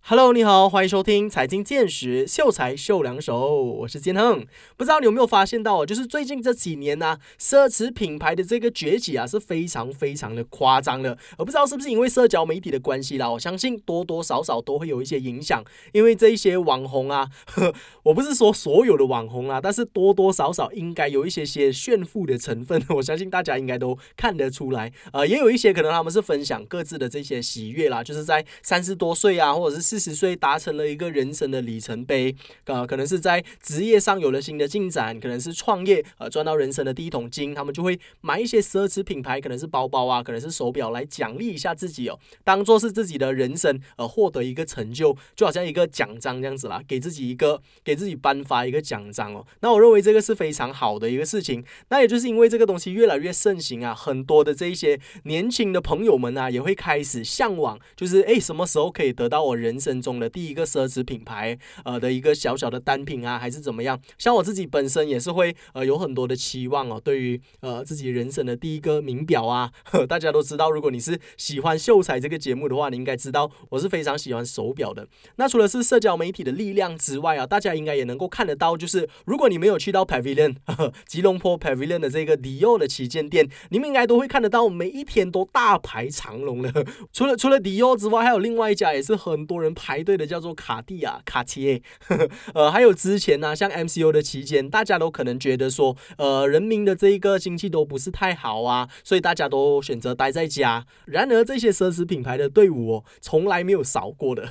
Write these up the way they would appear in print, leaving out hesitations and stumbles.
Hello， 你好，欢迎收听财经见识，秀才秀两手，我是建亨。不知道你有没有发现到就是最近这几年呢，奢侈品牌的这个崛起是非常非常的夸张的。而不知道是不是因为社交媒体的关系啦，我相信多多少少都会有一些影响。因为这一些网红我不是说所有的网红但是多多少少应该有一些炫富的成分，我相信大家应该都看得出来。也有一些可能他们是分享各自的这些喜悦啦，就是在30多岁或者是40岁达成了一个人生的里程碑，可能是在职业上有了新的进展，可能是创业赚到人生的第一桶金，他们就会买一些奢侈品牌，可能是包包可能是手表来奖励一下自己当做是自己的人生获得一个成就，就好像一个奖章这样子啦，给自己颁发一个奖章那我认为这个是非常好的一个事情。那也就是因为这个东西越来越盛行很多的这一些年轻的朋友们也会开始向往，就是什么时候可以得到我人生中的第一个奢侈品牌的一个小小的单品还是怎么样。像我自己本身也是会有很多的期望对于自己人生的第一个名表大家都知道，如果你是喜欢秀才这个节目的话，你应该知道我是非常喜欢手表的。那除了是社交媒体的力量之外大家应该也能够看得到，就是如果你没有去到 Pavilion 吉隆坡 Pavilion 的这个 Dior 的旗舰店，你们应该都会看得到每一天都大排长龙的。除了 Dior 之外，还有另外一家也是很多人排队的，叫做卡地亚 Cartier 还有之前像 MCO 的期间，大家都可能觉得说人民的这一个经济都不是太好所以大家都选择待在家。然而这些奢侈品牌的队伍从来没有少过的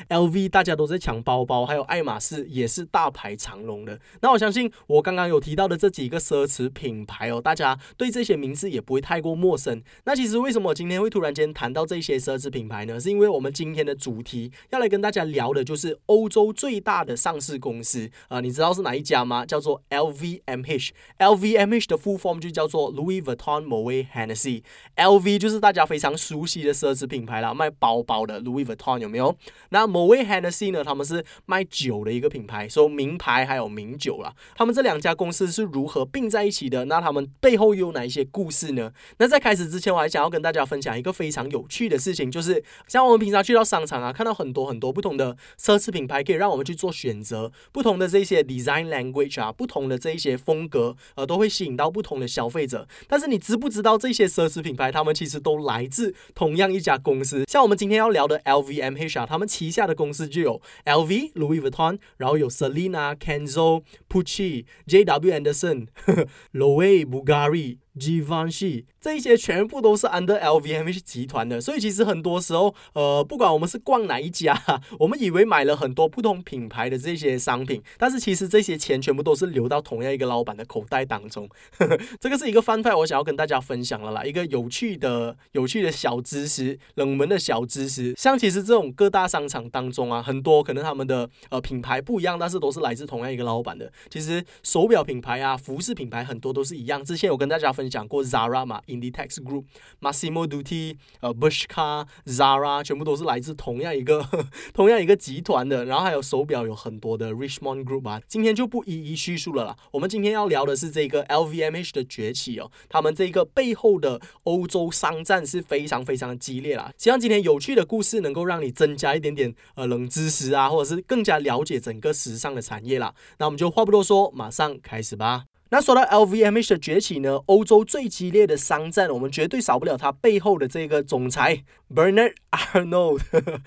LV 大家都在抢包包，还有爱马仕也是大排长龙的。那我相信我刚刚有提到的这几个奢侈品牌大家对这些名字也不会太过陌生。那其实为什么我今天会突然间谈到这些奢侈品牌呢？是因为我们今天的主题要来跟大家聊的就是欧洲最大的上市公司你知道是哪一家吗？叫做 LVMH。 LVMH 的 full form 就叫做 Louis Vuitton Moet Hennessy。 LV 就是大家非常熟悉的奢侈品牌啦，卖包包的 Louis Vuitton 有没有？那 Moet Hennessy 呢，他们是卖酒的一个品牌，说名牌还有名酒啦。他们这两家公司是如何并在一起的？那他们背后又有哪一些故事呢？那在开始之前，我还想要跟大家分享一个非常有趣的事情，就是像我们平常去到商场看到很多很多不同的奢侈品牌可以让我们去做选择，不同的这些 design language 不同的这一些风格都会吸引到不同的消费者。但是你知不知道这些奢侈品牌他们其实都来自同样一家公司？像我们今天要聊的 LVMH 他们旗下的公司就有 LV Louis Vuitton， 然后有 Celine Kenzo Pucci JW Anderson Loewe Bulgari Givenchy， 这一些全部都是 under LVMH 集团的。所以其实很多时候不管我们是逛哪一家我们以为买了很多不同品牌的这些商品，但是其实这些钱全部都是流到同样一个老板的口袋当中这个是一个 fun fact， 我想要跟大家分享了啦，一个有趣的小知识，冷门的小知识。像其实这种各大商场当中很多可能他们的品牌不一样，但是都是来自同样一个老板的。其实手表品牌服饰品牌很多都是一样。之前有跟大家分享过 Zara 嘛 Inditex Group Massimo Dutti Bershka Zara 全部都是来自同样一个集团的。然后还有手表有很多的 Richemont Group 今天就不一一叙述了啦。我们今天要聊的是这个 LVMH 的崛起他们这个背后的欧洲商战是非常非常的激烈啦。希望今天有趣的故事能够让你增加一点点冷知识或者是更加了解整个时尚的产业啦。那我们就话不多说，马上开始吧。那说到 LVMH 的崛起呢，欧洲最激烈的商战，我们绝对少不了它背后的这个总裁 Bernard Arnault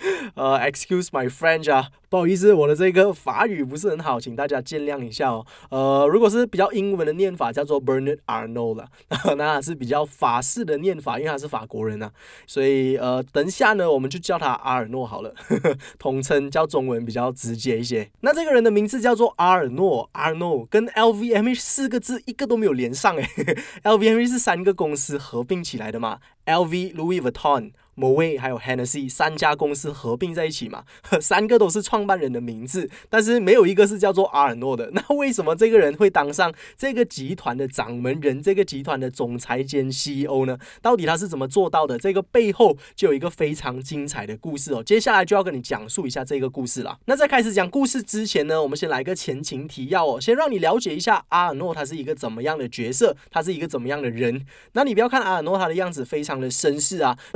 excuse my French 不好意思，我的这个法语不是很好，请大家见谅一下如果是比较英文的念法叫做 Bernard Arnault 啦那是比较法式的念法，因为他是法国人所以等一下呢我们就叫他阿尔诺好了统称叫中文比较直接一些。那这个人的名字叫做阿尔诺 Arnault， 跟 LVMH 4个字一个都没有连上LVMH 是3个公司合并起来的嘛， LV Louis Vuitton Moet 还有 Hennessy 3家公司合并在一起嘛，3个都是创办人的名字，但是没有一个是叫做阿尔诺的。那为什么这个人会当上这个集团的掌门人，这个集团的总裁兼 CEO 呢？到底他是怎么做到的？这个背后就有一个非常精彩的故事接下来就要跟你讲述一下这个故事了。那在开始讲故事之前呢，我们先来一个前情提要先让你了解一下阿尔诺他是一个怎么样的角色，他是一个怎么样的人。那你不要看阿尔诺他的样子非常的绅士非常的有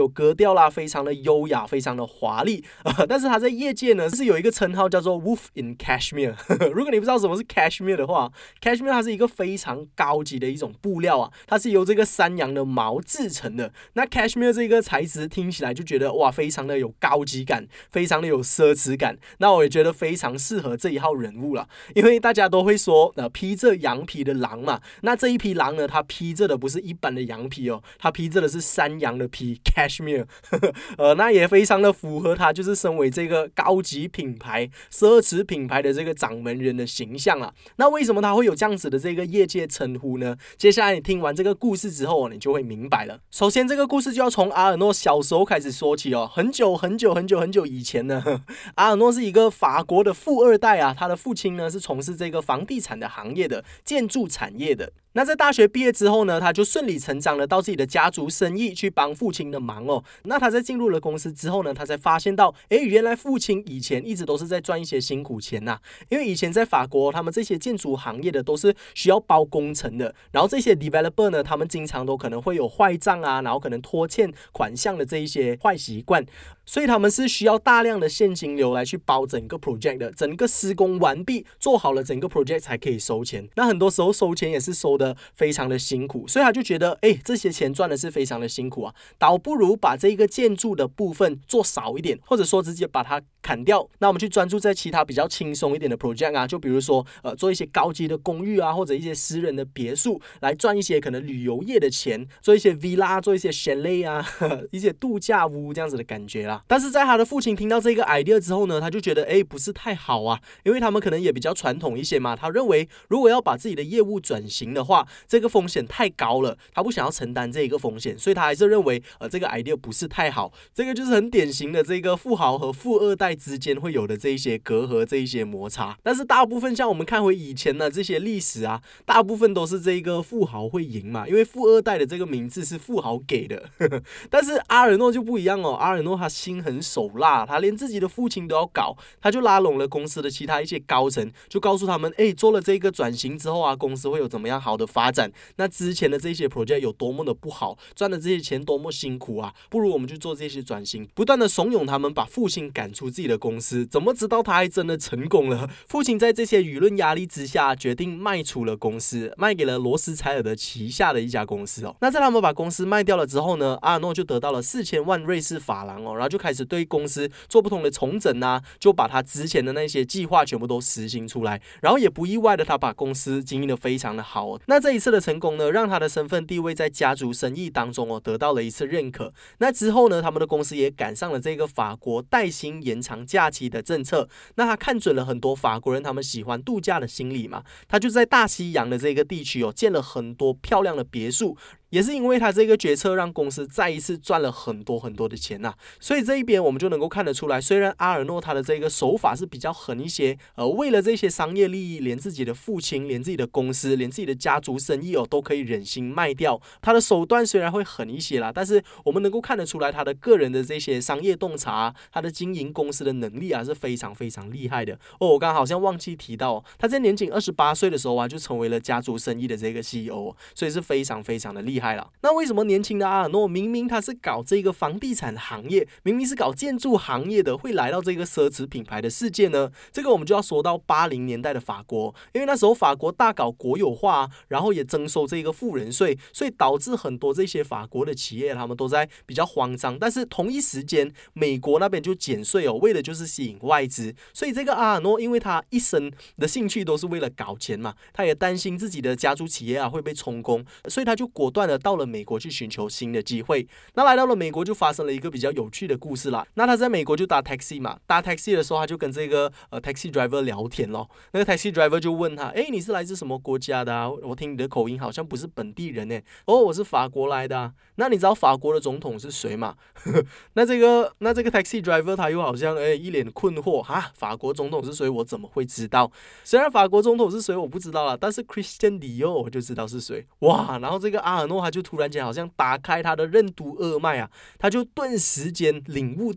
有格调啦，非常的优雅，非常的华丽但是他在业界呢是有一个称号叫做 Wolf in Cashmere 如果你不知道什么是 Cashmere 的话，Cashmere 它是一个非常高级的一种布料啊，它是由这个山羊的毛制成的。那 Cashmere 这个材质听起来就觉得哇，非常的有高级感，非常的有奢侈感。那我也觉得非常适合这一号人物啦，因为大家都会说披着羊皮的狼嘛，那这一匹狼呢，它披着的不是一般的羊皮哦，它披着的是山羊的皮 Cashmere 那也非常的符合它就是身为这个高级品牌奢侈品牌的这个掌门人的形象啦。那为什么他会有这样子的这个业界称呼呢？接下来你听完这个故事之后你就会明白了。首先这个故事就要从阿尔诺小时候开始说起哦，很久以前呢，阿尔诺是一个法国的富二代啊，他的父亲呢是从事这个房地产的行业的，建筑产业的。那在大学毕业之后呢，他就顺理成章的到自己的家族生意去帮父亲的忙哦。那他在进入了公司之后呢，他才发现到，原来父亲以前一直都是在赚一些辛苦钱呐。因为以前在法国，他们这些建筑行业的都是需要包工程的，然后这些 developer 呢，他们经常都可能会有坏账啊，然后可能拖欠款项的这一些坏习惯。所以他们是需要大量的现金流来去包整个 project 的，整个施工完毕做好了整个 project 才可以收钱。那很多时候收钱也是收的非常的辛苦，所以他就觉得这些钱赚的是非常的辛苦啊，倒不如把这个建筑的部分做少一点，或者说直接把它砍掉，那我们去专注在其他比较轻松一点的 project 啊，就比如说做一些高级的公寓啊，或者一些私人的别墅，来赚一些可能旅游业的钱，做一些 villa， 做一些 chalet 啊一些度假屋这样子的感觉啦。但是在他的父亲听到这个 idea 之后呢，他就觉得不是太好啊，因为他们可能也比较传统一些嘛，他认为如果要把自己的业务转型的话，这个风险太高了，他不想要承担这一个风险，所以他还是认为这个 idea 不是太好。这个就是很典型的这个富豪和富二代之间会有的这一些隔阂，这一些摩擦。但是大部分像我们看回以前的这些历史啊，大部分都是这个富豪会赢嘛，因为富二代的这个名字是富豪给的但是阿尔诺就不一样哦，阿尔诺他心狠手辣，他连自己的父亲都要搞，他就拉拢了公司的其他一些高层，就告诉他们做了这个转型之后啊，公司会有怎么样好的发展，那之前的这些 project 有多么的不好，赚的这些钱多么辛苦啊，不如我们去做这些转型，不断的怂恿他们把父亲赶出自己的公司。怎么知道他还真的成功了？父亲在这些舆论压力之下决定卖出了公司，卖给了罗斯柴尔德旗下的一家公司哦。那在他们把公司卖掉了之后呢，阿尔诺就得到了4000万瑞士法郎哦，然后就开始对公司做不同的重整啊，就把他之前的那些计划全部都实行出来，然后也不意外的他把公司经营的非常的好哦。那这一次的成功呢，让他的身份地位在家族生意当中得到了一次认可。那之后呢，他们的公司也赶上了这个法国带薪延长假期的政策，那他看准了很多法国人他们喜欢度假的心理嘛，他就在大西洋的这个地区建了很多漂亮的别墅。也是因为他这个决策让公司再一次赚了很多的钱呐，所以这一边我们就能够看得出来，虽然阿尔诺他的这个手法是比较狠一些，为了这些商业利益，连自己的父亲，连自己的公司，连自己的家族生意都可以忍心卖掉。他的手段虽然会狠一些啦，但是我们能够看得出来他的个人的这些商业洞察，他的经营公司的能力啊是非常厉害的哦。我刚刚好像忘记提到他在年仅28岁的时候啊，就成为了家族生意的这个 CEO， 所以是非常的厉害。那为什么年轻的阿尔诺明明他是搞这个房地产行业，明明是搞建筑行业的，会来到这个奢侈品牌的世界呢？这个我们就要说到80年代的法国，因为那时候法国大搞国有化，然后也征收这个富人税，所以导致很多这些法国的企业他们都在比较慌张。但是同一时间，美国那边就减税为的就是吸引外资，所以这个阿尔诺因为他一生的兴趣都是为了搞钱嘛，他也担心自己的家族企业会被充公，所以他就果断的到了美国去寻求新的机会。那来到了美国就发生了一个比较有趣的故事啦。那他在美国就打 taxi 嘛，打 taxi 的时候他就跟这个taxi driver 聊天咯。那个 taxi driver 就问他，你是来自什么国家的啊？我听你的口音好像不是本地人我是法国来的啊。那你知道法国的总统是谁吗？那这个 taxi driver 他又好像一脸困惑哈，法国总统是谁？我怎么会知道？虽然法国总统是谁我不知道啦，但是 Christian Dior 我就知道是谁。哇，然后这个阿尔诺他就突然间好像打开他的任督二脉啊，他就顿时间领悟到，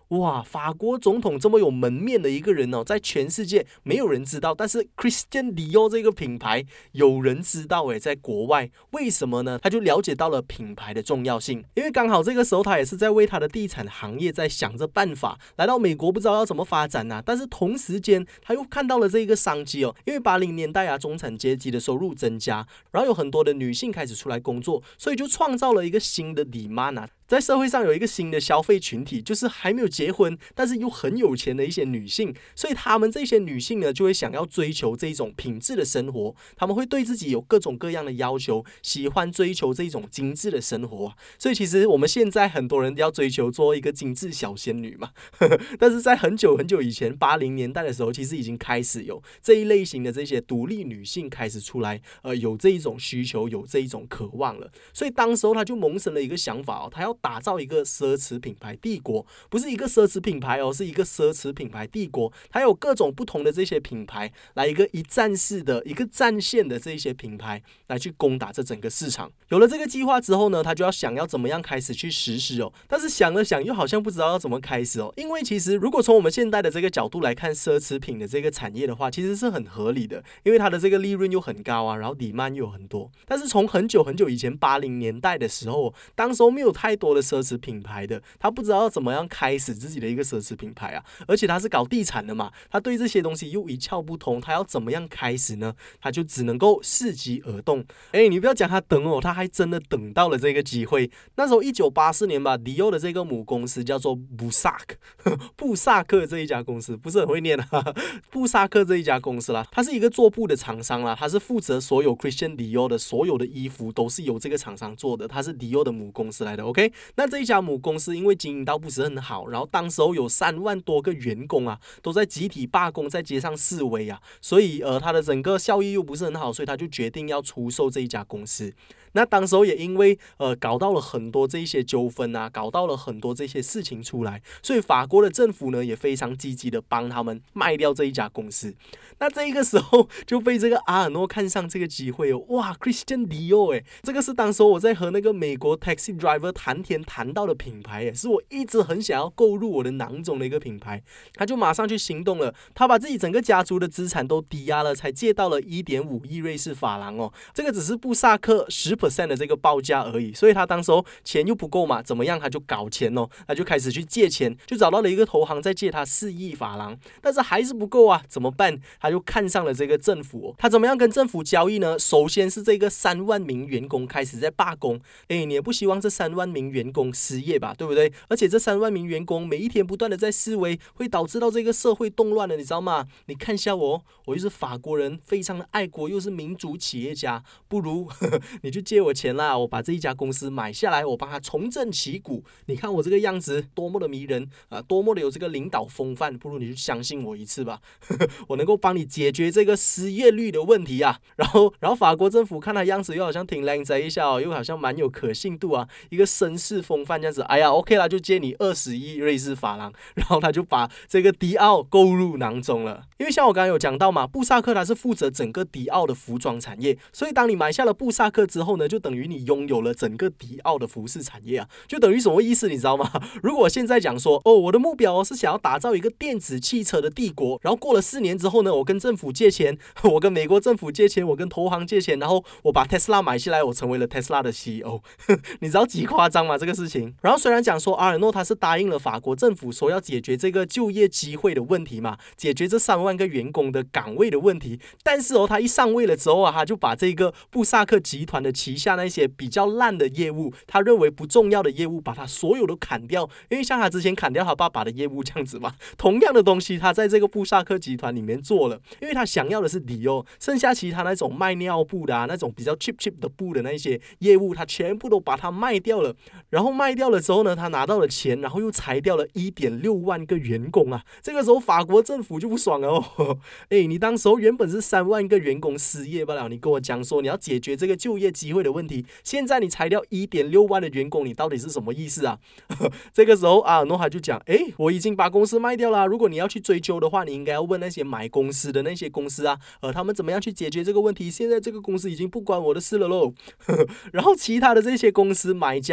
哇，法国总统这么有门面的一个人哦，在全世界没有人知道，但是 Christian Dior 这个品牌有人知道诶，在国外为什么呢？他就了解到了品牌的重要性，因为刚好这个时候他也是在为他的地产行业在想着办法，来到美国不知道要怎么发展啊，但是同时间他又看到了这个商机哦，因为80年代啊，中产阶级的收入增加，然后有很多的女性开始出来工作，所以就创造了一个新的 demand 啊。在社会上有一个新的消费群体，就是还没有结婚，但是又很有钱的一些女性，所以她们这些女性呢，就会想要追求这种品质的生活，她们会对自己有各种各样的要求，喜欢追求这种精致的生活啊。所以其实我们现在很多人要追求做一个精致小仙女嘛，但是在很久很久以前，80年代的时候，其实已经开始有这一类型的这些独立女性开始出来，有这一种需求，有这一种渴望了。所以当时候他就萌生了一个想法哦，他要打造一个奢侈品牌帝国，不是一个奢侈品牌哦，是一个奢侈品牌帝国。它有各种不同的这些品牌，来一个一站式的一个战线的这些品牌来去攻打这整个市场。有了这个计划之后呢，他就要想要怎么样开始去实施哦。但是想了想，又好像不知道要怎么开始哦。因为其实如果从我们现代的这个角度来看奢侈品的这个产业的话，其实是很合理的，因为它的这个利润又很高啊，然后demand又有很多。但是从很久很久以前80年代的时候，当时候没有太多的奢侈品牌的，他不知道要怎么样开始自己的一个奢侈品牌啊，而且他是搞地产的嘛，他对这些东西又一窍不通，他要怎么样开始呢？他就只能够伺机而动。你不要讲他等哦，他还真的等到了这个机会。那时候1984年吧，迪奥的这个母公司叫做布萨克，布萨克这一家公司不是很会念啊，布萨克这一家公司啦，它是一个做布的厂商啦，它是负责所有 Christian Dior 的所有的衣服都是由这个厂商做的，它是迪奥的母公司来的。OK， 那这一家母公司因为经营到不是很好，然后当时候有3万多个员工啊，都在集体罢工，在街上示威啊，所以它的整个效益又不是很好，所以他就决定要出售这一家公司。那当时候也因为搞到了很多这一些纠纷啊，搞到了很多这些事情出来，所以法国的政府呢也非常积极的帮他们卖掉这一家公司。那这一个时候就被这个阿尔诺看上这个机会哦，哇 ，Christian Dior 这个是当时我在和那个美国 taxi driver 谈天谈到的品牌是我一直很想要购入我的囊中的一个品牌。他就马上去行动了，他把自己整个家族的资产都抵押了，才借到了1.5亿瑞士法郎哦，这个只是布萨克10% 的这个报价而已，所以他当时候钱又不够嘛，怎么样他就搞钱哦，他就开始去借钱，就找到了一个投行在借他4亿法郎，但是还是不够啊，怎么办？他就看上了这个政府哦，他怎么样跟政府交易呢？首先是这个3万名员工开始在罢工，你也不希望这3万名员工失业吧，对不对？而且这3万名员工每一天不断的在示威，会导致到这个社会动乱的，你知道吗？你看一下我又是法国人，非常的爱国，又是民主企业家，不如你就借我钱啦，我把这一家公司买下来，我帮他重振旗鼓。你看我这个样子多么的迷人啊，多么的有这个领导风范，不如你就相信我一次吧，我能够帮你解决这个失业率的问题啊。然后法国政府看他样子又好像挺靓仔一下又好像蛮有可信度啊，一个绅士风范这样子，哎呀 OK 啦，就借你20亿瑞士法郎，然后他就把这个迪奥购入囊中了。因为像我刚刚有讲到嘛，布萨克他是负责整个迪奥的服装产业，所以当你买下了布萨克之后呢，就等于你拥有了整个迪奥的服饰产业啊，就等于什么意思你知道吗？如果我现在讲说我的目标是想要打造一个电子汽车的帝国，然后过了4年之后呢，我跟政府借钱，我跟美国政府借钱，我跟投行借钱，然后我把 Tesla 买下来，我成为了 Tesla 的 CEO 你知道几夸张吗这个事情？然后虽然讲说阿尔诺他是答应了法国政府说要解决这个就业机会的问题嘛，解决这3万个员工的岗位的问题，但是他一上位了之后啊，他就把这个布萨克集团的旗下那些比较烂的业务，他认为不重要的业务，把他所有都砍掉，因为像他之前砍掉他爸爸的业务这样子嘛，同样的东西他在这个布萨克集团里面做了，因为他想要的是迪奥，剩下其他那种卖尿布的那种比较 cheap 的布的那些业务，他全部都把它卖掉了。然后卖掉了之后呢，他拿到了钱，然后又裁掉了1.6万个员工啊，这个时候法国政府就不爽了哦，你当时候原本是3万个员工失业罢了，你跟我讲说你要解决这个就业机会的问题，现在你裁掉1.6万的员工，你到底是什么意思啊？这个时候阿尔诺他就讲，我已经把公司卖掉了，如果你要去追究的话，你应该要问那些买公司的那些公司啊，他们怎么样去解决这个问题，现在这个公司已经不关我的事了咯然后其他的这些公司买家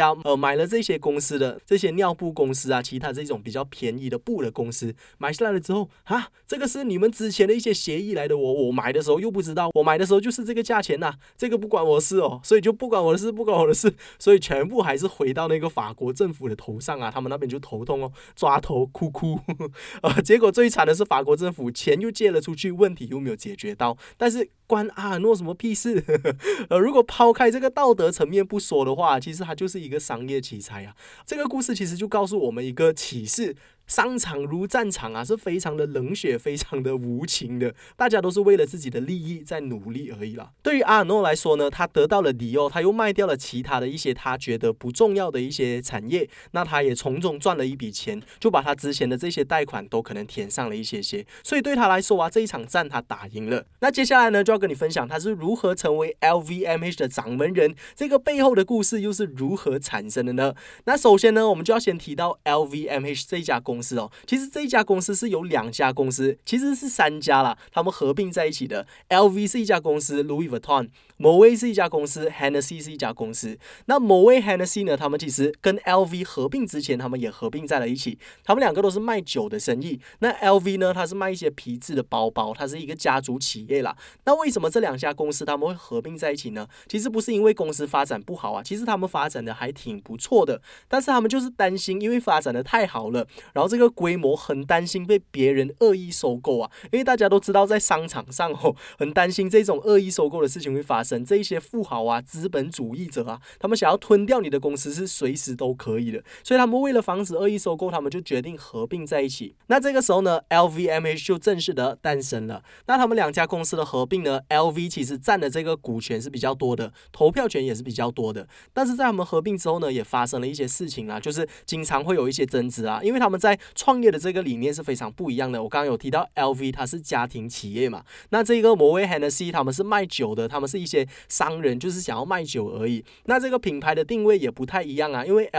买了这些公司的这些尿布公司啊，其他这种比较便宜的布的公司，买下来了之后这个是你们之前的一些协议来的，我买的时候又不知道，我买的时候就是这个价钱这个不关我的事所以就不关我的事，所以全部还是回到那个法国政府的头上他们那边就头痛抓头哭结果最惨的是法国政府钱又借了出去，问题又没有解决到，但是关阿尔诺什么屁事如果抛开这个道德层面不说的话，其实它就是一个商业奇才这个故事其实就告诉我们一个启示，商场如战场是非常的冷血，非常的无情的，大家都是为了自己的利益在努力而已啦。对于阿尔诺来说呢，他得到了迪奥，他又卖掉了其他的一些他觉得不重要的一些产业，那他也从中赚了一笔钱，就把他之前的这些贷款都可能填上了一些，所以对他来说这一场战他打赢了。那接下来呢，就要跟你分享他是如何成为 LVMH 的掌门人，这个背后的故事又是如何产生的呢？那首先呢，我们就要先提到 LVMH 这一家公司其实这一家公司是有2家公司，其实是3家啦，他们合并在一起的。LV 是一家公司 ，Louis Vuitton、Moet 是一家公司 ，Hennessy 是一家公司。那 Moet、Hennessy 呢，他们其实跟 LV 合并之前，他们也合并在了一起。他们2个都是卖酒的生意。那 LV 呢，它是卖一些皮质的包包，它是一个家族企业啦。那为什么这2家公司他们会合并在一起呢？其实不是因为公司发展不好其实他们发展的还挺不错的，但是他们就是担心，因为发展的太好了，然后这个规模很担心被别人恶意收购因为大家都知道在商场上很担心这种恶意收购的事情会发生，这一些富豪资本主义者他们想要吞掉你的公司是随时都可以的，所以他们为了防止恶意收购，他们就决定合并在一起。那这个时候呢 LVMH 就正式的诞生了。那他们2家公司的合并呢， LV 其实占的这个股权是比较多的，投票权也是比较多的，但是在他们合并之后呢，也发生了一些事情就是经常会有一些争执因为他们在创业的这个理念是非常不一样的。我刚刚有提到 LV 它是家庭企业嘛，那这个Moet Hennessy 他们是卖酒的，他们是一些商人，就是想要卖酒而已。那这个品牌的定位也不太一样因为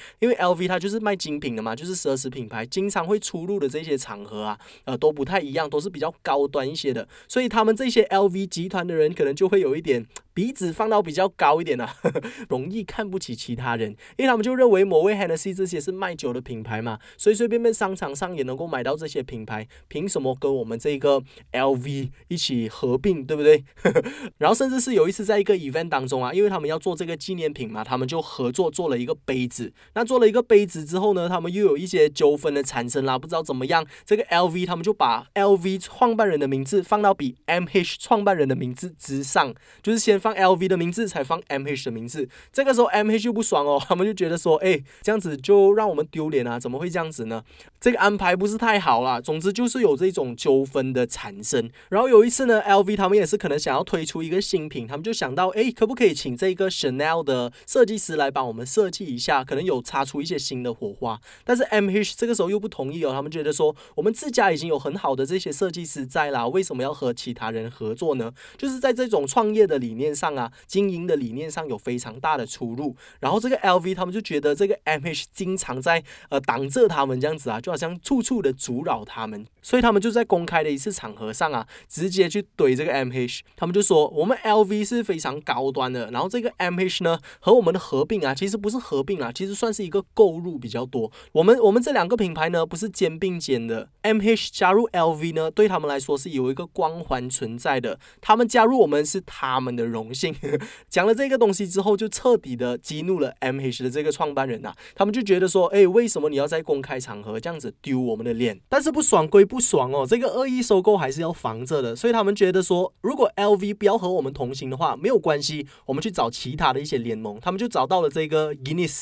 LV 它就是卖精品的嘛，就是奢侈品牌，经常会出入的这些场合都不太一样，都是比较高端一些的，所以他们这些 LV 集团的人可能就会有一点鼻子放到比较高一点容易看不起其他人，因为他们就认为Moet Hennessy 这些是卖酒的品牌嘛，随随便便商场上也能够买到这些品牌，凭什么跟我们这个 LV 一起合并，对不对然后甚至是有一次在一个 event 当中因为他们要做这个纪念品嘛，他们就合作做了一个杯子。那做了一个杯子之后呢，他们又有一些纠纷的产生啦，不知道怎么样，这个 LV 他们就把 LV 创办人的名字放到比 MH 创办人的名字之上，就是先放 LV 的名字才放 MH 的名字。这个时候 MH 就不爽他们就觉得说这样子就让我们丢脸怎么会这样子呢？这个安排不是太好啦。总之就是有这种纠纷的产生。然后有一次呢 LV 他们也是可能想要推出一个新品，他们就想到可不可以请这个 Chanel 的设计师来帮我们设计一下，可能有擦出一些新的火花。但是 MH 这个时候又不同意他们觉得说我们自家已经有很好的这些设计师在啦，为什么要和其他人合作呢？就是在这种创业的理念上经营的理念上有非常大的出入。然后这个 LV 他们就觉得这个 MH 经常在挡着他们这样子就好像处处的阻扰他们，所以他们就在公开的一次场合上直接去怼这个 MH。 他们就说我们 LV 是非常高端的，然后这个 MH 呢和我们的合并其实不是合并其实算是一个购入比较多，我们这2个品牌呢不是肩并肩的。 MH 加入 LV 呢对他们来说是有一个光环存在的，他们加入我们是他们的荣幸讲了这个东西之后，就彻底的激怒了 MH 的这个创办人他们就觉得说为什么你要在公开场合这样子丢我们的脸？但是不爽归不爽这个恶意收购还是要防着的，所以他们觉得说如果 LV 不要和我们同行的话没有关系，我们去找其他的一些联盟。他们就找到了这个吉尼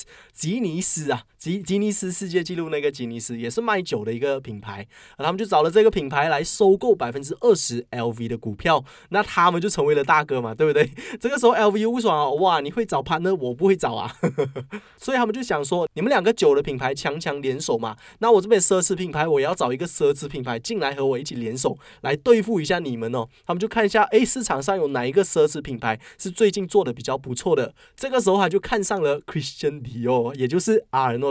斯世界纪录，那个吉尼斯也是卖酒的一个品牌，他们就找了这个品牌来收购 20% LV 的股票，那他们就成为了大哥嘛，对不对？这个时候 LV 又不爽哇，你会找 partner 我不会找所以他们就想说你们2个酒的品牌强联手嘛，那我这边奢侈品牌我也要找一个奢侈品牌进来和我一起联手来对付一下你们他们就看一下市场上有哪一个奢侈品牌是最近做的比较不错的。这个时候他就看上了 Christian Dior， 也就是阿尔诺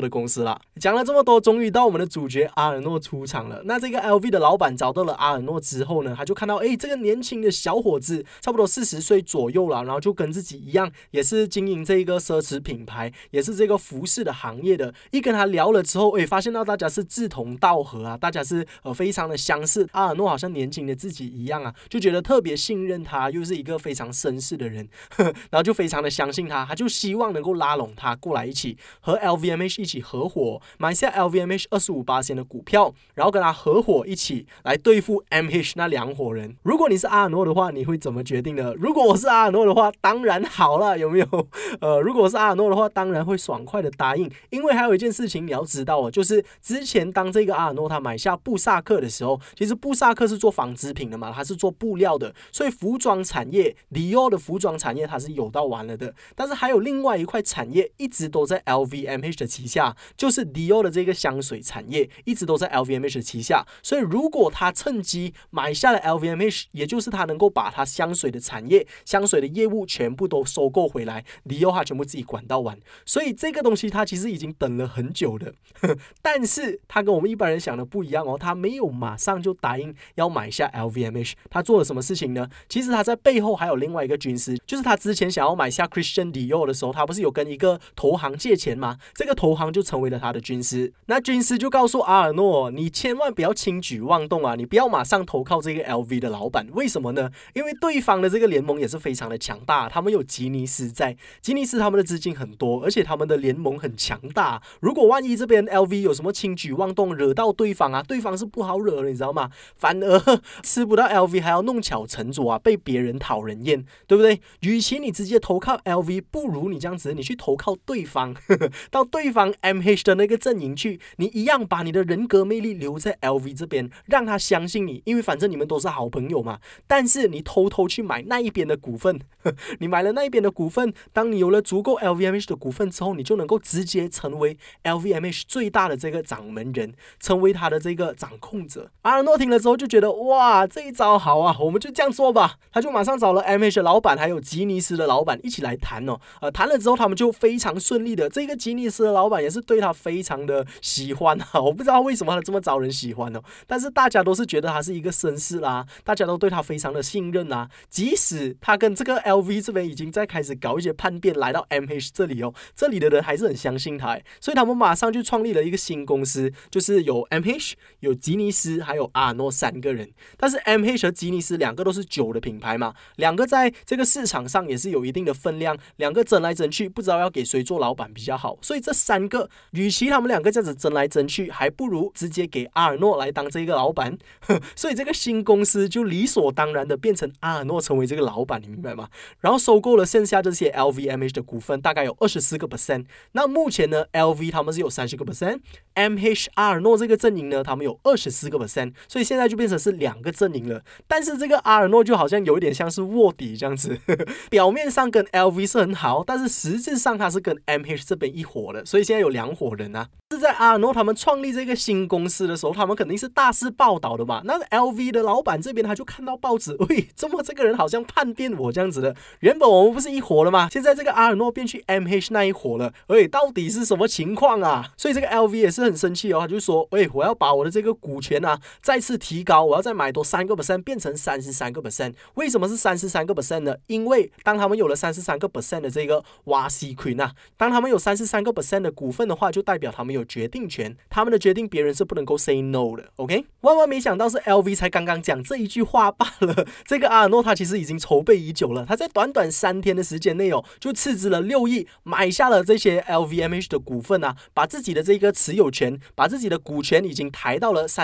的公司啦。讲了这么多，终于到我们的主角阿尔诺出场了。那这个 LV 的老板找到了阿尔诺之后呢，他就看到这个年轻的小伙子差不多40岁左右了，然后就跟自己一样，也是经营这个奢侈品牌，也是这个服饰的行业的。一跟他聊了之后，发现到大家是志同道合啊，大家是非常的相似。阿尔诺好像年轻的自己一样啊，就觉得特别信任他，又是一个非常绅士的人，然后就非常的相信他，他就希望能够拉拢他过来一起和 LVMH 一起合伙买下 LVMH 25% 的股票，然后跟他合伙一起来对付 MH 那两伙人。如果你是阿尔诺的话，你会怎么决定呢？如果我是阿尔诺的话，当然好了，有没有？如果我是阿尔诺的话，当然会爽快的答应，因为还有一件事情你要知道就是之前当这个阿尔诺他买下布萨克的时候，其实布萨克是做纺织品的嘛，他是做布料的，所以服装产业 Dior 的服装产业它是有到完了的。但是还有另外一块产业一直都在 LVMH 的旗下，就是 Dior 的这个香水产业一直都在 LVMH 的旗下，所以如果他趁机买下了 LVMH， 也就是他能够把他香水的产业、香水的业务全部都收购回来， Dior 他全部自己管到完，所以这个东西他其实已经等了很久的。但是他跟我们一般人想的不一样他没有马上就答应要买下 LVMH， 他做了什么事情呢？其实他在背后还有另外一个军师，就是他之前想要买下 Christian Dior 的时候，他不是有跟一个投行借钱吗？这个投行就成为了他的军师。那军师就告诉阿尔诺，你千万不要轻举妄动啊，你不要马上投靠这个 LV 的老板。为什么呢？因为对方的这个联盟也是非常的强大，他们有吉尼斯在，吉尼斯他们的资金很多，而且他们的联盟很强大。如果万一这边 LV 有什么轻举妄动惹到对方啊，对方是不好惹的，你知道吗？反而吃不到 LV 还要弄巧成拙被别人讨人厌，对不对？与其你直接投靠 LV， 不如你这样子，你去投靠对方到对方 MH 的那个阵营去，你一样把你的人格魅力留在 LV 这边，让他相信你，因为反正你们都是好朋友嘛。但是你偷偷去买那一边的股份你买了那一边的股份，当你有了足够 LVMH 的股份之后，你就能够直接成为 LVMH 最大的这个掌门人，成为他的这个掌控者。阿尔诺听了之后就觉得哇，这一招好啊，我们就这样做吧。他就马上找了 MH 的老板还有吉尼斯的老板一起来谈谈了之后他们就非常顺利的，这个吉尼斯的老板也是对他非常的喜欢我不知道为什么他这么招人喜欢但是大家都是觉得他是一个绅士啦，大家都对他非常的信任啦，即使他跟这个 LV 这边已经在开始搞一些叛变，来到 MH 这里这里的人还是很相信他所以他们马上就创立了一个新公司，就是有 MH 有吉尼斯还有阿尔诺3个人。但是 MH 和吉尼斯两个都是酒的品牌嘛，两个在这个市场上也是有一定的分量，两个争来争去，不知道要给谁做老板比较好，所以这3个与其他们两个这样子争来争去，还不如直接给阿尔诺来当这个老板所以这个新公司就理所当然的变成阿尔诺成为这个老板，你明白吗？然后收购了剩下这些 LVMH 的股份，大概有24%。那目前呢 LV 他们是有30%， MH 阿尔诺这个阵营呢他们有24%，所以现在就变成是2个阵营了。但是这个阿尔诺就好像有一点像是卧底这样子表面上跟 LV 是很好，但是实质上他是跟 MH 这边一伙的，所以现在有2伙人啊。是在阿尔诺他们创立这个新公司的时候，他们肯定是大肆报道的嘛。那 LV 的老板这边他就看到报纸，喂，这么这个人好像叛变我这样子的，原本我们不是一伙了吗？现在这个阿尔诺变去 MH 那一伙了，喂，到底是什么情况啊？所以这个 LV 也是很生气他就说，喂，我要把我的这个股权再次提高，我要再买多3%变成33%。为什么是33%呢？因为当他们有了33%的这个瓦西奎当他们有33%的股份的话，就代表他们有决定权，他们的决定别人是不能够 say no 的 OK。 万万没想到是 LV 才刚刚讲这一句话罢了，这个阿尔诺他其实已经筹备已久了，他在短短3天的时间内就斥资了6亿买下了这些 LVMH 的股份把自己的这个持有权，把自己的股权已经抬到了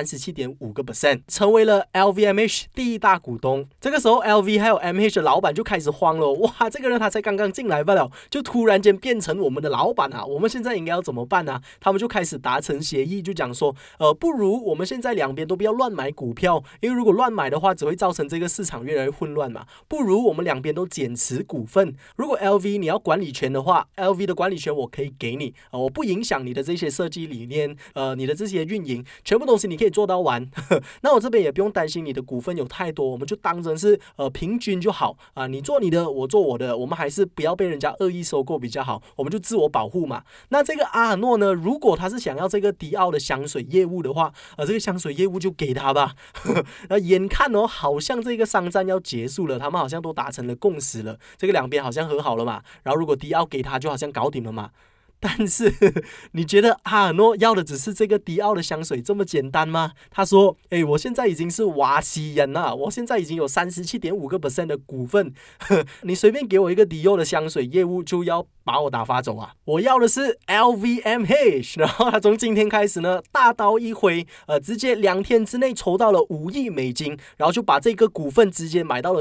37.5%， 成为了 LVMH 第一大股东。这个时候 LV 还有 MH 的老板就开始慌了，哇，这个人他才刚刚进来罢了，就突然间变成我们的老板我们现在应该要怎么办他们就开始达成协议，就讲说不如我们现在两边都不要乱买股票，因为如果乱买的话只会造成这个市场越来越混乱嘛，不如我们两边都减持股份。如果 LV 你要管理权的话， LV 的管理权我可以给你我不影响你的这些设计理念，你的这些运营，全部东西你可以做到完那我这边也不用担心你的股份有太多，我们就当成是平均就好你做你的我做我的，我们还是不要被人家恶意收购比较好，我们就自我保护嘛。那这个阿尔诺呢，如果他是想要这个迪奥的香水业务的话，这个香水业务就给他吧。眼看好像这个商战要结束了，他们好像都达成了共识了，这个两边好像和好了嘛。然后如果迪奥给他，就好像搞定了嘛。但是你觉得阿尔诺要的只是这个迪奥的香水这么简单吗？他说我现在已经是瓦西人了，我现在已经有 37.5% 的股份，你随便给我一个迪奥的香水业务就要把我打发走啊！我要的是 LVMH。 然后他从今天开始呢，大刀一挥，直接2天之内筹到了5亿美金，然后就把这个股份直接买到了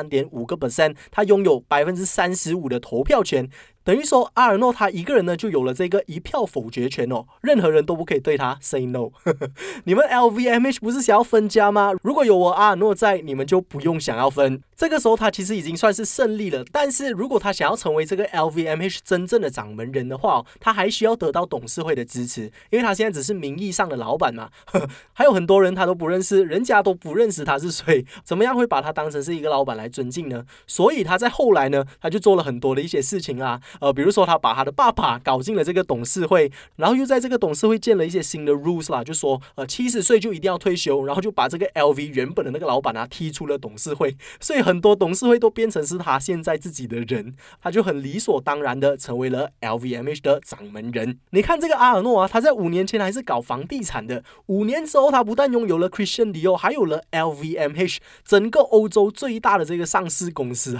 43.5%， 他拥有 35% 的投票权。等于说阿尔诺他一个人呢就有了这个一票否决权任何人都不可以对他 say no。 你们 LVMH 不是想要分家吗？如果有我阿尔诺在，你们就不用想要分。这个时候他其实已经算是胜利了，但是如果他想要成为这个 LVMH 真正的掌门人的话，他还需要得到董事会的支持，因为他现在只是名义上的老板嘛。还有很多人他都不认识，人家都不认识他是谁，怎么样会把他当成是一个老板来尊敬呢？所以他在后来呢，他就做了很多的一些事情啊，比如说他把他的爸爸搞进了这个董事会，然后又在这个董事会建了一些新的 rules 啦，就说70岁就一定要退休，然后就把这个 LV 原本的那个老板踢出了董事会，所以很多董事会都变成是他现在自己的人，他就很理所当然的成为了 LVMH 的掌门人。你看这个阿尔诺啊，他在5年前还是搞房地产的，5年之后他不但拥有了 Christian Dior， 还有了 LVMH， 整个欧洲最大的这个上市公司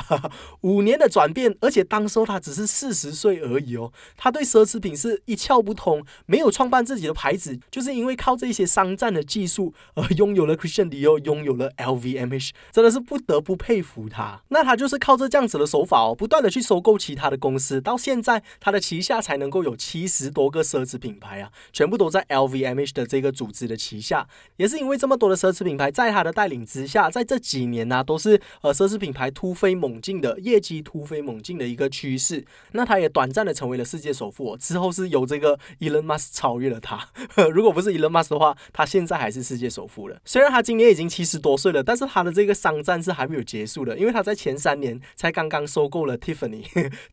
5年的转变，而且当时候他只是40岁而已他对奢侈品是一窍不通，没有创办自己的牌子，就是因为靠这些商战的技术拥有了 Christian Dior， 拥有了 LVMH， 真的是不得不佩服他。那他就是靠着这样子的手法不断的去收购其他的公司，到现在他的旗下才能够有70多个奢侈品牌全部都在 LVMH 的这个组织的旗下。也是因为这么多的奢侈品牌在他的带领之下，在这几年都是奢侈品牌突飞猛进的业绩突飞猛进的一个趋势。那他也短暂的成为了世界首富之后是由这个 Elon Musk 超越了他。如果不是 Elon Musk 的话，他现在还是世界首富了。虽然他今年已经70多岁了，但是他的这个商战是还没有结束的，因为他在前3年才刚刚收购了 Tiffany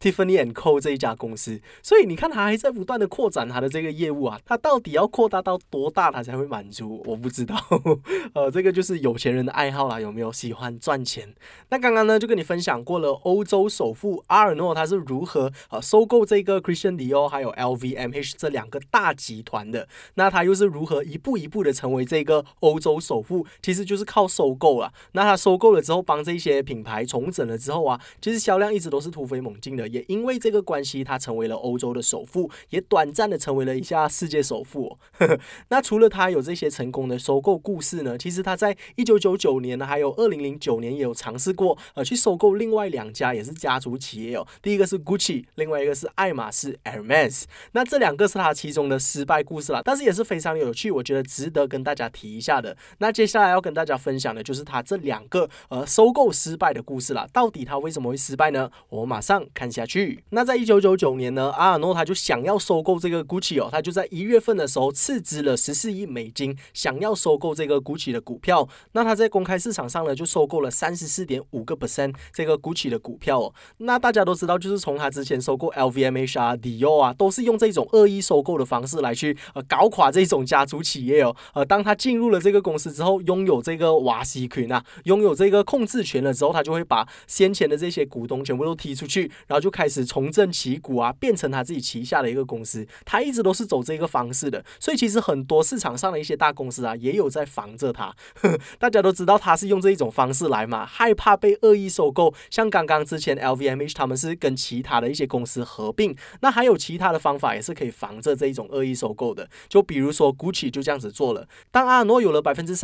Co 这一家公司，所以你看他还在不断的扩展他的这个业务他到底要扩大到多大他才会满足，我不知道。这个就是有钱人的爱好啦，有没有？喜欢赚钱。那刚刚呢就跟你分享过了欧洲首富阿尔诺他是如何收购这个 Christian Dior 还有 LVMH 这2个大集团的，那他又是如何一步一步的成为这个欧洲首富，其实就是靠收购那他收购了之后，帮这些品牌重整了之后其实销量一直都是突飞猛进的，也因为这个关系他成为了欧洲的首富，也短暂的成为了一下世界首富那除了他有这些成功的收购故事呢，其实他在1999年呢还有2009年也有尝试过去收购另外2家也是家族企业第一个是 Gucci， 另外一个是爱马仕 Hermes。 那这2个是他其中的失败故事啦，但是也是非常有趣，我觉得值得跟大家提一下的。那接下来要跟大家分享的就是他这2个收购失败的故事啦。到底他为什么会失败呢？我马上看下去。那在1999年呢，阿尔诺他就想要收购这个 Gucci 他就在1月份的时候斥资了14亿美金，想要收购这个 Gucci 的股票。那他在公开市场上呢就收购了 34.5% 这个 Gucci 的股票那大家都知道，就是从他之前收购 LVMH Dior 都是用这种恶意收购的方式来去搞垮这种家族企业当他进入了这个公司之后，拥有这个瓦西权拥有这个控制权了之后，他就会把先前的这些股东全部都踢出去，然后就开始重振旗鼓变成他自己旗下的一个公司。他一直都是走这个方式的，所以其实很多市场上的一些大公司也有在防着他。大家都知道他是用这一种方式来嘛，害怕被恶意收购。像刚刚之前 LVMH 他们是跟其他的一些公司合并，那还有其他的方法也是可以防着这一种恶意收购的。就比如说 Gucci 就这样子做了，当阿尔诺有了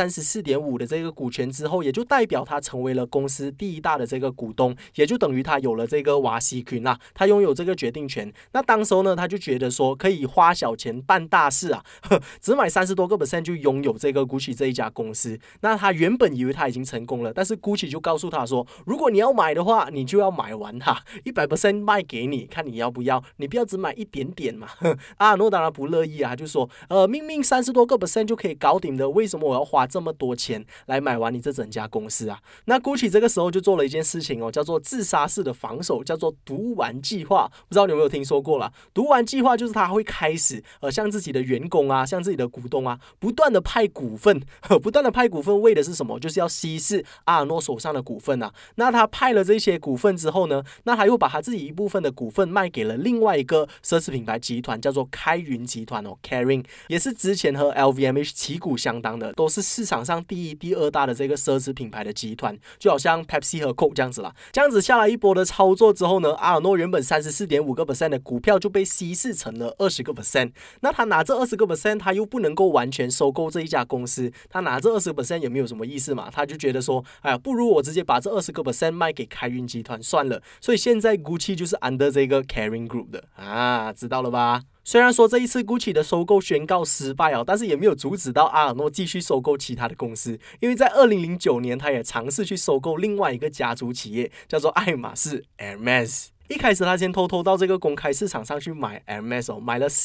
34.5% 的这个股权之后，也就代表他成为了公司第1大的这个股东，也就等于他有了这个瓦西权他拥有这个决定权。那当时候呢，他就觉得说可以花小钱办大事只买30多个%就拥有这个 Gucci 这一家公司。那他原本以为他已经成功了，但是 Gucci 就告诉他说，如果你要买的话，你就要买完它，100% 卖给给你，看你要不要，你不要只买一点点嘛。阿尔诺当然不乐意啊，就说明明30多个%就可以搞定的，为什么我要花这么多钱来买完你这整家公司啊？那 Gucci 这个时候就做了一件事情叫做自杀式的防守，叫做毒丸计划，不知道你有没有听说过啦？毒丸计划就是他会开始向自己的员工啊，向自己的股东啊，不断的派股份，不断的派股份，为的是什么？就是要稀释阿尔诺手上的股份啊。那他派了这些股份之后呢，那他又把他自己一部分的股份卖给了另外一个奢侈品牌集团，叫做开云集团Kering， 也是之前和 LVMH 旗鼓相当的，都是市场上第一、第二大的这个奢侈品牌的集团，就好像 Pepsi 和 Coke 这样子啦。这样子下来一波的操作之后呢，阿尔诺原本34.5% 的股票就被稀释成了20%。那他拿这20%，他又不能够完全收购这一家公司，他拿这20%也没有什么意思嘛，他就觉得说，哎呀，不如我直接把这20% 卖给开云集团算了。所以现在 Gucci 就是 under 这个 Kering Group 的啊，知道了吧？虽然说这一次 Gucci 的收购宣告失败但是也没有阻止到阿尔诺继续收购其他的公司，因为在2009年他也尝试去收购另外一个家族企业，叫做爱马仕 Hermes。一开始他先偷偷到这个公开市场上去买 Hermes 买了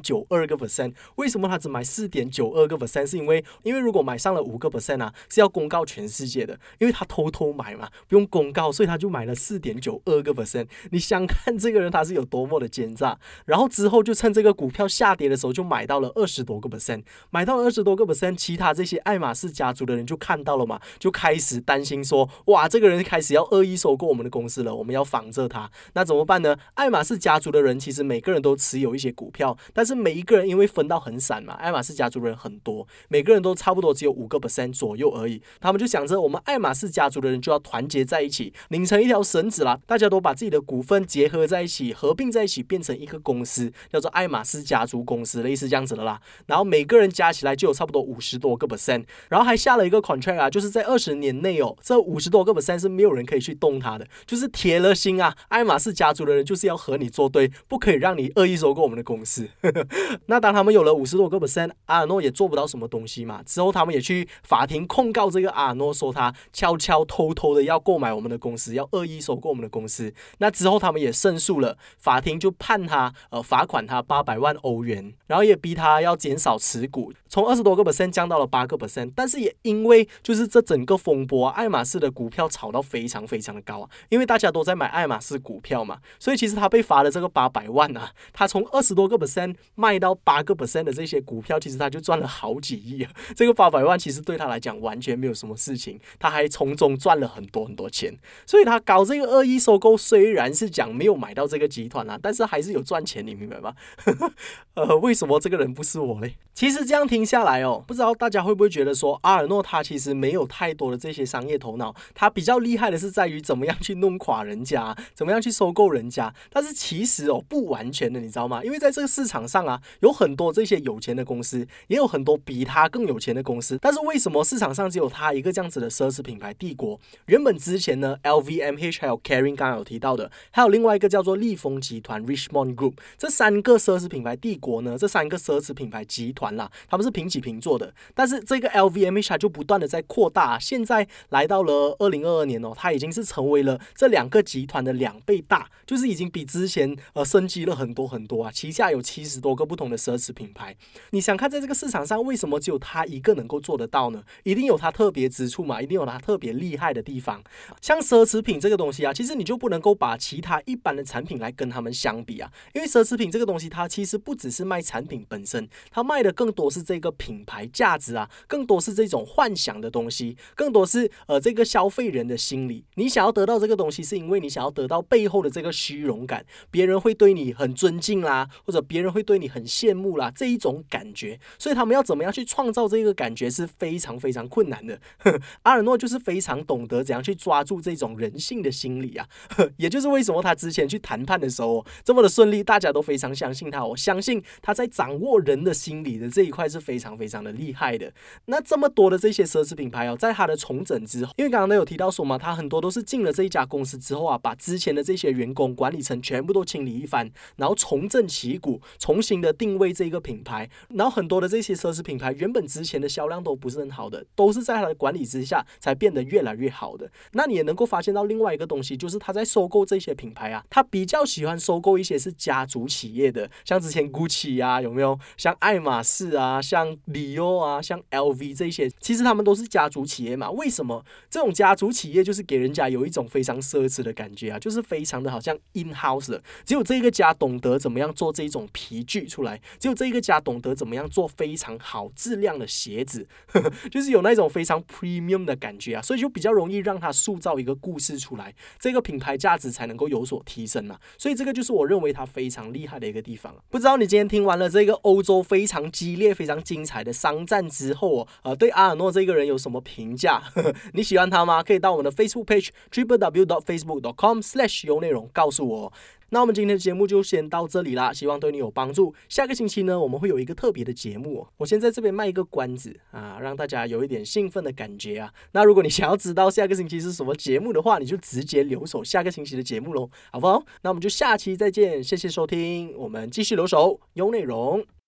4.92%。为什么他只买 4.92%？ 是因为如果买上了 5% 啊，是要公告全世界的，因为他偷偷买嘛，不用公告，所以他就买了 4.92%。你想看这个人他是有多么的奸诈，然后之后就趁这个股票下跌的时候就买到了20多个%，买到了20多个%，其他这些爱马仕家族的人就看到了嘛，就开始担心说，哇，这个人开始要恶意收购我们的公司了，我们要防着他。那怎么办呢？爱马仕家族的人其实每个人都持有一些股票，但是每一个人因为分到很散嘛，爱马仕家族的人很多，每个人都差不多只有5% 左右而已。他们就想着我们爱马仕家族的人就要团结在一起，拧成一条绳子啦，大家都把自己的股份结合在一起，合并在一起，变成一个公司，叫做爱马仕家族公司，类似这样子的啦。然后每个人加起来就有差不多50多个%，然后还下了一个 contract 啊，就是在20年内这50多个%是没有人可以去动它的，就是铁了心啊，爱马仕家族的人就是要和你作对，不可以让你恶意收购我们的公司。那当他们有了50多个%，阿尔诺也做不到什么东西嘛。之后他们也去法庭控告这个阿尔诺，说他悄悄偷偷的要购买我们的公司，要恶意收购我们的公司。那之后他们也胜诉了，法庭就判他罚款他800万欧元，然后也逼他要减少持股，从20多个%降到了8个%。但是也因为就是这整个风波爱马仕的股票炒到非常非常的高因为大家都在买爱马仕股票嘛，所以其实他被罚了这个800万啊，他从20多个%卖到8个%的这些股票，其实他就赚了好几亿这个800万其实对他来讲完全没有什么事情，他还从中赚了很多很多钱。所以他搞这个恶意收购，虽然是讲没有买到这个集团但是还是有赚钱，你明白吗？为什么这个人不是我嘞？其实这样听下来不知道大家会不会觉得说，阿尔诺他其实没有太多的这些商业头脑，他比较厉害的是在于怎么样去弄垮人家，怎么样去收购人家。但是其实不完全的，你知道吗？因为在这个市场上有很多这些有钱的公司，也有很多比他更有钱的公司。但是为什么市场上只有他一个这样子的奢侈品牌帝国？原本之前呢 LVMH 还有 Kering 刚刚有提到的，还有另外一个叫做利丰集团 Richemont Group， 这3个奢侈品牌帝国呢，这3个奢侈品牌集团啦，他们是平起平坐的。但是这个 LVMH 它就不断的在扩大，现在来到了2022年它已经是成为了这2个集团的2倍大，就是已经比之前升级了很多很多旗下有70多个不同的奢侈品牌。你想看在这个市场上为什么只有他一个能够做得到呢？一定有他特别之处嘛，一定有他特别厉害的地方。像奢侈品这个东西其实你就不能够把其他一般的产品来跟他们相比因为奢侈品这个东西它其实不只是卖产品本身，它卖的更多是这个品牌价值更多是这种幻想的东西，更多是这个消费人的心理。你想要得到这个东西是因为你想要得到背后的这个虚荣感，别人会对你很尊敬啦，或者别人会对你很羡慕啦，这一种感觉。所以他们要怎么样去创造这个感觉是非常非常困难的。阿尔诺就是非常懂得怎样去抓住这种人性的心理也就是为什么他之前去谈判的时候这么的顺利，大家都非常相信他。我相信他在掌握人的心理的这一块是非常非常的厉害的。那这么多的这些奢侈品牌在他的重整之后，因为刚刚都有提到说嘛，他很多都是进了这一家公司之后把之前的这些员工、管理层全部都清理一番，然后重振旗鼓，重新的定位这个品牌。然后很多的这些奢侈品牌原本之前的销量都不是很好的，都是在他的管理之下才变得越来越好的。那你也能够发现到另外一个东西，就是他在收购这些品牌啊，他比较喜欢收购一些是家族企业的，像之前 Gucci 啊，有没有？像爱马仕啊，像 Dior 啊，像 LV 这些，其实他们都是家族企业嘛。为什么这种家族企业就是给人家有一种非常奢侈的感觉啊？就是非常的好像 in house 的，只有这个家懂得怎么样做这种皮具出来，只有这个家懂得怎么样做非常好质量的鞋子，就是有那种非常 premium 的感觉啊，所以就比较容易让它塑造一个故事出来，这个品牌价值才能够有所提升嘛。所以这个就是我认为它非常厉害的一个地方啊。不知道你今天听完了这个欧洲非常激烈、非常精彩的商战之后对阿尔诺这个人有什么评价？你喜欢他吗？可以到我们的 Facebook page www.facebook.com/ 有内容告诉我。那我们今天的节目就先到这里啦，希望对你有帮助。下个星期呢，我们会有一个特别的节目我先在这边卖一个关子啊，让大家有一点兴奋的感觉啊。那如果你想要知道下个星期是什么节目的话，你就直接留守下个星期的节目咯，好不好？那我们就下期再见，谢谢收听，我们继续留守有内容。